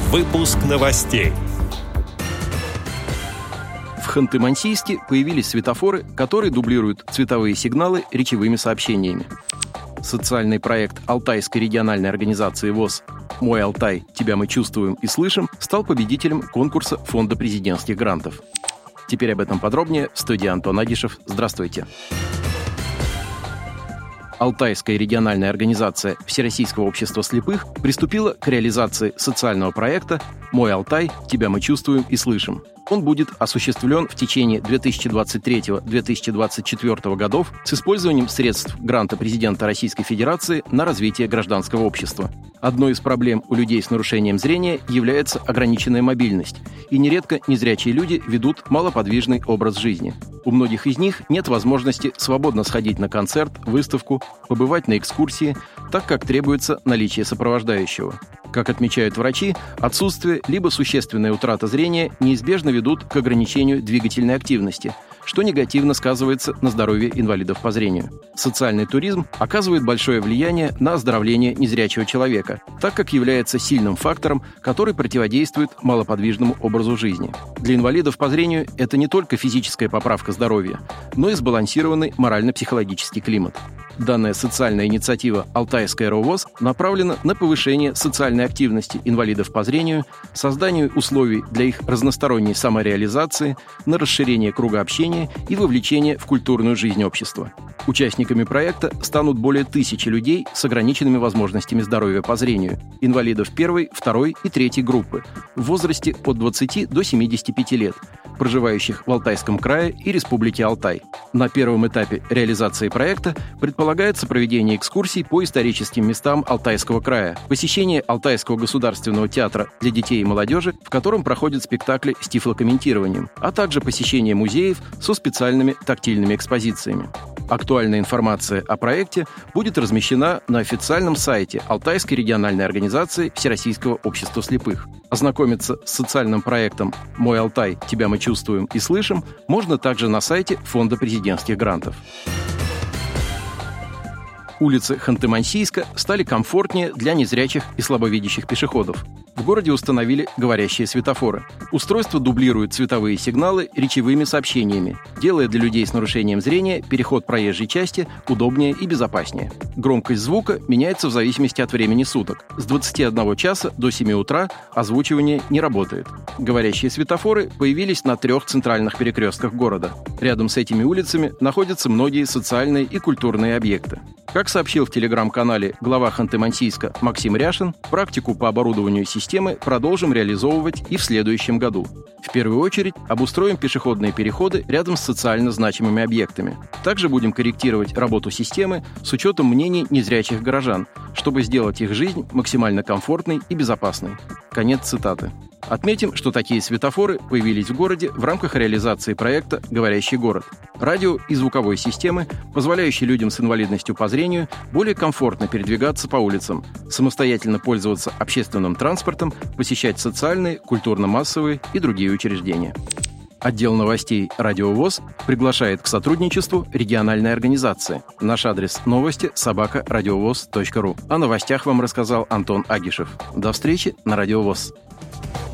Выпуск новостей. В Ханты-Мансийске появились светофоры, которые дублируют цветовые сигналы речевыми сообщениями. Социальный проект Алтайской региональной организации ВОС «Мой Алтай. Тебя мы чувствуем и слышим» стал победителем конкурса Фонда президентских грантов. Теперь об этом подробнее в студии Антон Агишев. Здравствуйте. Алтайская региональная организация Всероссийского общества слепых приступила к реализации социального проекта «Мой Алтай. Тебя мы чувствуем и слышим». Он будет осуществлен в течение 2023-2024 годов с использованием средств гранта президента Российской Федерации на развитие гражданского общества. Одной из проблем у людей с нарушением зрения является ограниченная мобильность, и нередко незрячие люди ведут малоподвижный образ жизни. У многих из них нет возможности свободно сходить на концерт, выставку, побывать на экскурсии, так как требуется наличие сопровождающего. Как отмечают врачи, отсутствие либо существенная утрата зрения неизбежно ведут к ограничению двигательной активности, что негативно сказывается на здоровье инвалидов по зрению. Социальный туризм оказывает большое влияние на оздоровление незрячего человека, так как является сильным фактором, который противодействует малоподвижному образу жизни. Для инвалидов по зрению это не только физическая поправка здоровья, но и сбалансированный морально-психологический климат. Данная социальная инициатива «Алтайская РОВОЗ» направлена на повышение социальной активности инвалидов по зрению, созданию условий для их разносторонней самореализации, на расширение круга общения и вовлечение в культурную жизнь общества. Участниками проекта станут более 1000 людей с ограниченными возможностями здоровья по зрению, инвалидов первой, второй и третьей группы, в возрасте от 20 до 75 лет, проживающих в Алтайском крае и Республике Алтай. На первом этапе реализации проекта предполагается проведение экскурсий по историческим местам Алтайского края, посещение Алтайского государственного театра для детей и молодежи, в котором проходят спектакли с тифлокомментированием, а также посещение музеев со специальными тактильными экспозициями. Актуальная информация о проекте будет размещена на официальном сайте Алтайской региональной организации Всероссийского общества слепых. Ознакомиться с социальным проектом «Мой Алтай. Тебя мы чувствуем и слышим» можно также на сайте Фонда президентских грантов. Улицы Ханты-Мансийска стали комфортнее для незрячих и слабовидящих пешеходов. В городе установили говорящие светофоры. Устройство дублирует цветовые сигналы речевыми сообщениями, делая для людей с нарушением зрения переход проезжей части удобнее и безопаснее. Громкость звука меняется в зависимости от времени суток. С 21 часа до 7 утра озвучивание не работает. Говорящие светофоры появились на 3 центральных перекрестках города. Рядом с этими улицами находятся многие социальные и культурные объекты. Как сообщил в телеграм-канале глава Ханты-Мансийска Максим Ряшин, практику по оборудованию системы продолжим реализовывать и в следующем году. В первую очередь обустроим пешеходные переходы рядом с социально значимыми объектами. Также будем корректировать работу системы с учетом мнений незрячих горожан, чтобы сделать их жизнь максимально комфортной и безопасной. Конец цитаты. Отметим, что такие светофоры появились в городе в рамках реализации проекта «Говорящий город». Радио и звуковой системы, позволяющие людям с инвалидностью по зрению более комфортно передвигаться по улицам, самостоятельно пользоваться общественным транспортом, посещать социальные, культурно-массовые и другие учреждения. Отдел новостей «Радио ВОС» приглашает к сотрудничеству региональной организации. Наш адрес новости@радиовоз.ру. О новостях вам рассказал Антон Агишев. До встречи на Радио ВОС.